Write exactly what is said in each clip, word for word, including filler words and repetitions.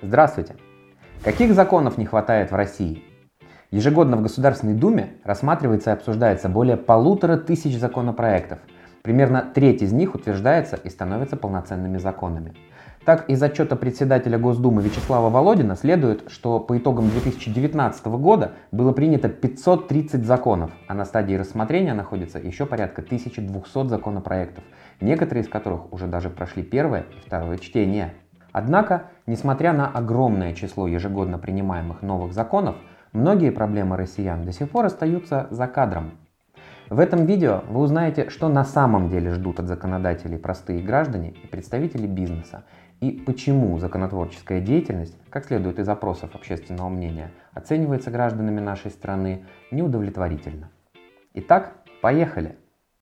Здравствуйте! Каких законов не хватает в России? Ежегодно в Государственной Думе рассматривается и обсуждается более полутора тысяч законопроектов. Примерно треть из них утверждается и становится полноценными законами. Так, из отчета председателя Госдумы Вячеслава Володина следует, что по итогам две тысячи девятнадцатого года было принято пятьсот тридцать законов, а на стадии рассмотрения находится еще порядка тысяча двести законопроектов, некоторые из которых уже даже прошли первое и второе чтение. Однако, несмотря на огромное число ежегодно принимаемых новых законов, многие проблемы россиян до сих пор остаются за кадром. В этом видео вы узнаете, что на самом деле ждут от законодателей простые граждане и представители бизнеса, и почему законотворческая деятельность, как следует из опросов общественного мнения, оценивается гражданами нашей страны неудовлетворительно. Итак, поехали!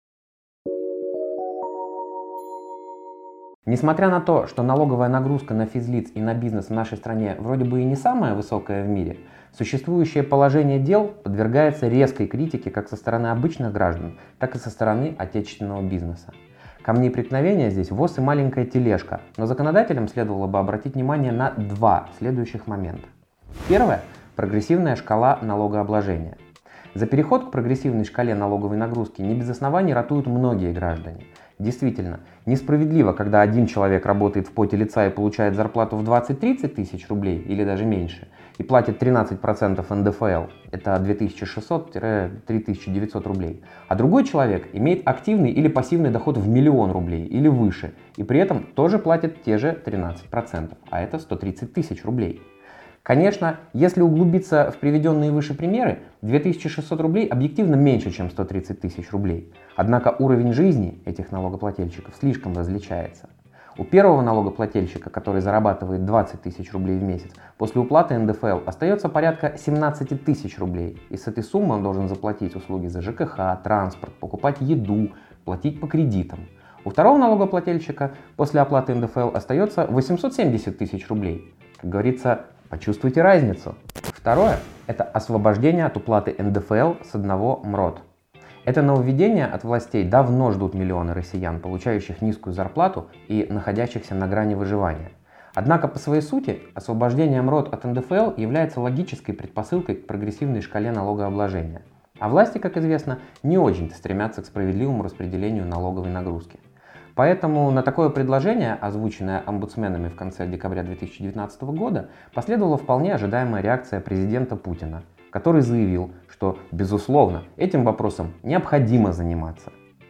Несмотря на то, что налоговая нагрузка на физлиц и на бизнес в нашей стране вроде бы и не самая высокая в мире, существующее положение дел подвергается резкой критике как со стороны обычных граждан, так и со стороны отечественного бизнеса. Камни преткновения здесь ВОЗ и маленькая тележка, но законодателям следовало бы обратить внимание на два следующих момента. Первое – прогрессивная шкала налогообложения. За переход к прогрессивной шкале налоговой нагрузки не без оснований ратуют многие граждане. Действительно, несправедливо, когда один человек работает в поте лица и получает зарплату в двадцать-тридцать тысяч рублей или даже меньше, и платит тринадцать процентов эн дэ эф эл, это две тысячи шестьсот — три тысячи девятьсот рублей, а другой человек имеет активный или пассивный доход в миллион рублей или выше, и при этом тоже платит те же тринадцать процентов, а это сто тридцать тысяч рублей. Конечно, если углубиться в приведенные выше примеры, две тысячи шестьсот рублей объективно меньше, чем сто тридцать тысяч рублей. Однако уровень жизни этих налогоплательщиков слишком различается. У первого налогоплательщика, который зарабатывает двадцать тысяч рублей в месяц, после уплаты эн дэ эф эл остается порядка семнадцать тысяч рублей. И с этой суммы он должен заплатить услуги за жэ ка ха, транспорт, покупать еду, платить по кредитам. У второго налогоплательщика после оплаты эн дэ эф эл остается восемьсот семьдесят тысяч рублей. Как говорится, почувствуйте разницу. Второе – это освобождение от уплаты эн дэ эф эл с одного эм эр о тэ. Это нововведение от властей давно ждут миллионы россиян, получающих низкую зарплату и находящихся на грани выживания. Однако по своей сути освобождение эм эр о тэ от эн дэ эф эл является логической предпосылкой к прогрессивной шкале налогообложения. А власти, как известно, не очень-то стремятся к справедливому распределению налоговой нагрузки. Поэтому на такое предложение, озвученное омбудсменами в конце декабря две тысячи девятнадцатого года, последовала вполне ожидаемая реакция президента Путина, который заявил, что, безусловно, этим вопросом необходимо заниматься.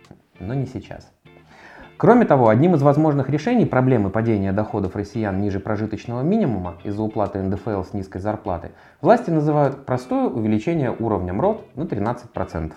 Но не сейчас. Кроме того, одним из возможных решений проблемы падения доходов россиян ниже прожиточного минимума из-за уплаты эн дэ эф эл с низкой зарплаты власти называют простое увеличение уровня эм эр о тэ на тринадцать процентов.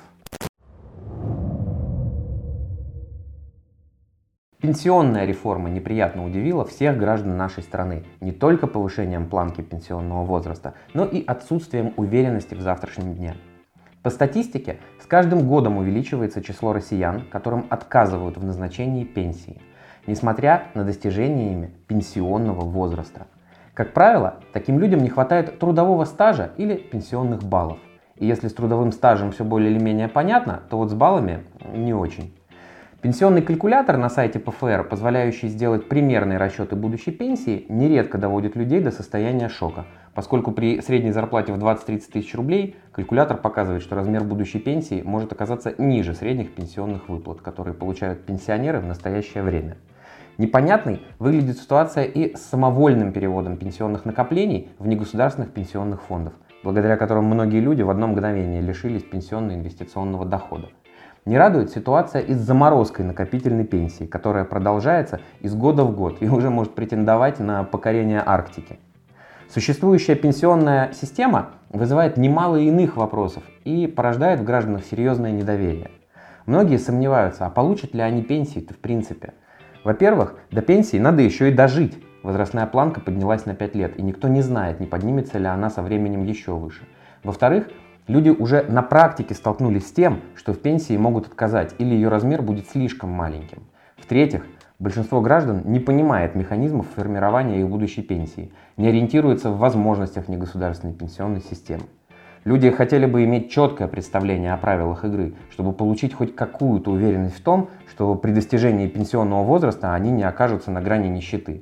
Пенсионная реформа неприятно удивила всех граждан нашей страны не только повышением планки пенсионного возраста, но и отсутствием уверенности в завтрашнем дне. По статистике, с каждым годом увеличивается число россиян, которым отказывают в назначении пенсии, несмотря на достижение ими пенсионного возраста. Как правило, таким людям не хватает трудового стажа или пенсионных баллов. И если с трудовым стажем все более или менее понятно, то вот с баллами не очень. Пенсионный калькулятор на сайте пэ эф эр, позволяющий сделать примерные расчеты будущей пенсии, нередко доводит людей до состояния шока, поскольку при средней зарплате в двадцать-тридцать тысяч рублей калькулятор показывает, что размер будущей пенсии может оказаться ниже средних пенсионных выплат, которые получают пенсионеры в настоящее время. Непонятной выглядит ситуация и с самовольным переводом пенсионных накоплений в негосударственных пенсионных фондов, благодаря которым многие люди в одно мгновение лишились пенсионно-инвестиционного дохода. Не радует ситуация и с заморозкой накопительной пенсии, которая продолжается из года в год и уже может претендовать на покорение Арктики. Существующая пенсионная система вызывает немало иных вопросов и порождает в гражданах серьезное недоверие. Многие сомневаются, а получат ли они пенсии-то в принципе. Во-первых, до пенсии надо еще и дожить. Возрастная планка поднялась на пять лет, и никто не знает, не поднимется ли она со временем еще выше. Во-вторых, люди уже на практике столкнулись с тем, что в пенсии могут отказать или ее размер будет слишком маленьким. В-третьих, большинство граждан не понимает механизмов формирования их будущей пенсии, не ориентируется в возможностях негосударственной пенсионной системы. Люди хотели бы иметь четкое представление о правилах игры, чтобы получить хоть какую-то уверенность в том, что при достижении пенсионного возраста они не окажутся на грани нищеты.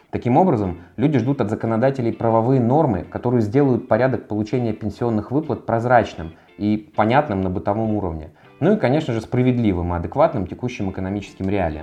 Таким образом, люди ждут от законодателей правовые нормы, которые сделают порядок получения пенсионных выплат прозрачным и понятным на бытовом уровне. Ну и, конечно же, справедливым и адекватным текущим экономическим реалиям.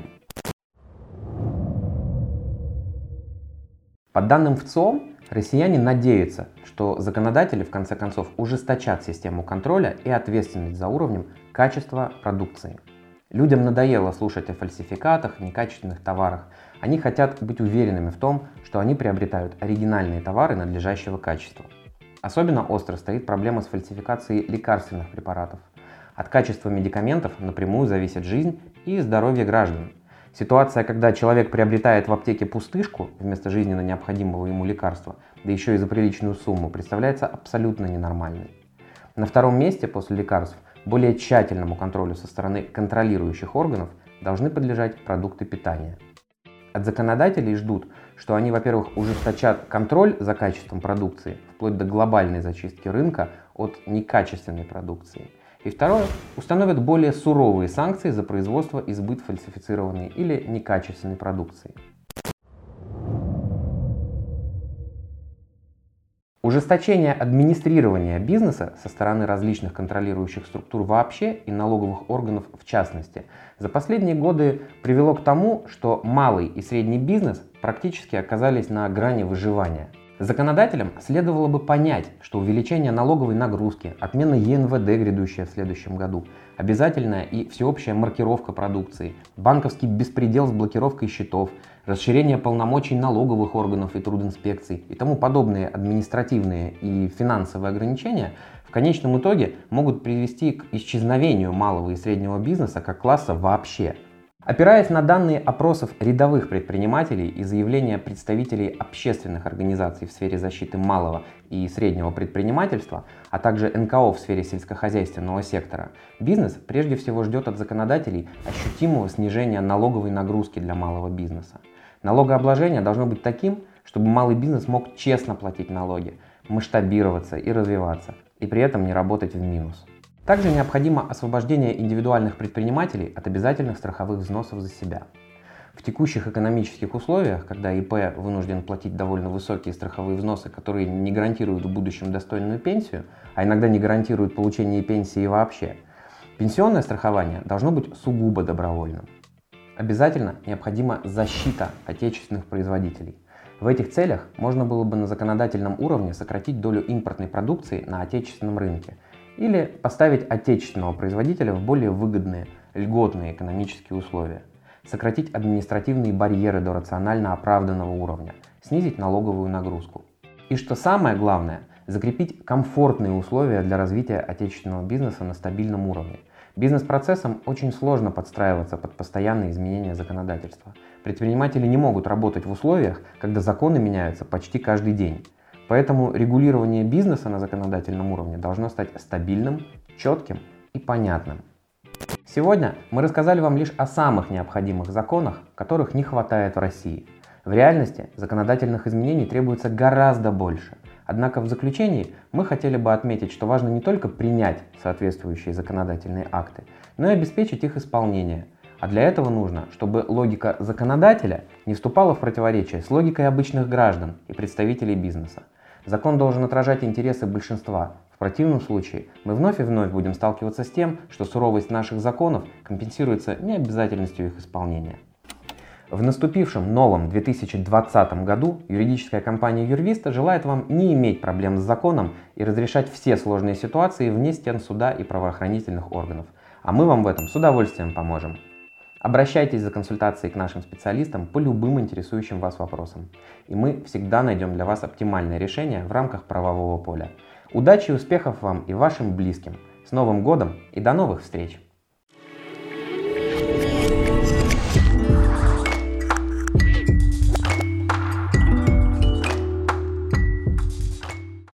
По данным ВЦИОМ, россияне надеются, что законодатели в конце концов ужесточат систему контроля и ответственность за уровнем качества продукции. Людям надоело слушать о фальсификатах, некачественных товарах. Они хотят быть уверенными в том, что они приобретают оригинальные товары надлежащего качества. Особенно остро стоит проблема с фальсификацией лекарственных препаратов. От качества медикаментов напрямую зависит жизнь и здоровье граждан. Ситуация, когда человек приобретает в аптеке пустышку вместо жизненно необходимого ему лекарства, да еще и за приличную сумму, представляется абсолютно ненормальной. На втором месте после лекарств более тщательному контролю со стороны контролирующих органов должны подлежать продукты питания. От законодателей ждут, что они, во-первых, ужесточат контроль за качеством продукции, вплоть до глобальной зачистки рынка от некачественной продукции. И второе, установят более суровые санкции за производство и сбыт фальсифицированной или некачественной продукции. Ужесточение администрирования бизнеса со стороны различных контролирующих структур вообще и налоговых органов в частности за последние годы привело к тому, что малый и средний бизнес практически оказались на грани выживания. Законодателям следовало бы понять, что увеличение налоговой нагрузки, отмена Е Эн Вэ Дэ, грядущая в следующем году, обязательная и всеобщая маркировка продукции, банковский беспредел с блокировкой счетов, расширение полномочий налоговых органов и трудинспекций и тому подобные административные и финансовые ограничения в конечном итоге могут привести к исчезновению малого и среднего бизнеса как класса вообще. Опираясь на данные опросов рядовых предпринимателей и заявления представителей общественных организаций в сфере защиты малого и среднего предпринимательства, а также Эн Ка О в сфере сельскохозяйственного сектора, бизнес прежде всего ждет от законодателей ощутимого снижения налоговой нагрузки для малого бизнеса. Налогообложение должно быть таким, чтобы малый бизнес мог честно платить налоги, масштабироваться и развиваться, и при этом не работать в минус. Также необходимо освобождение индивидуальных предпринимателей от обязательных страховых взносов за себя. В текущих экономических условиях, когда И Пэ вынужден платить довольно высокие страховые взносы, которые не гарантируют в будущем достойную пенсию, а иногда не гарантируют получение пенсии вообще, пенсионное страхование должно быть сугубо добровольным. Обязательно необходима защита отечественных производителей. В этих целях можно было бы на законодательном уровне сократить долю импортной продукции на отечественном рынке или поставить отечественного производителя в более выгодные, льготные экономические условия, сократить административные барьеры до рационально оправданного уровня, снизить налоговую нагрузку. И что самое главное, закрепить комфортные условия для развития отечественного бизнеса на стабильном уровне. Бизнес-процессам очень сложно подстраиваться под постоянные изменения законодательства. Предприниматели не могут работать в условиях, когда законы меняются почти каждый день. Поэтому регулирование бизнеса на законодательном уровне должно стать стабильным, четким и понятным. Сегодня мы рассказали вам лишь о самых необходимых законах, которых не хватает в России. В реальности законодательных изменений требуется гораздо больше. Однако в заключении мы хотели бы отметить, что важно не только принять соответствующие законодательные акты, но и обеспечить их исполнение. А для этого нужно, чтобы логика законодателя не вступала в противоречие с логикой обычных граждан и представителей бизнеса. Закон должен отражать интересы большинства. В противном случае мы вновь и вновь будем сталкиваться с тем, что суровость наших законов компенсируется необязательностью их исполнения. В наступившем новом две тысячи двадцатом году юридическая компания Юрвиста желает вам не иметь проблем с законом и разрешать все сложные ситуации вне стен суда и правоохранительных органов. А мы вам в этом с удовольствием поможем. Обращайтесь за консультацией к нашим специалистам по любым интересующим вас вопросам. И мы всегда найдем для вас оптимальное решение в рамках правового поля. Удачи и успехов вам и вашим близким. С Новым годом и до новых встреч!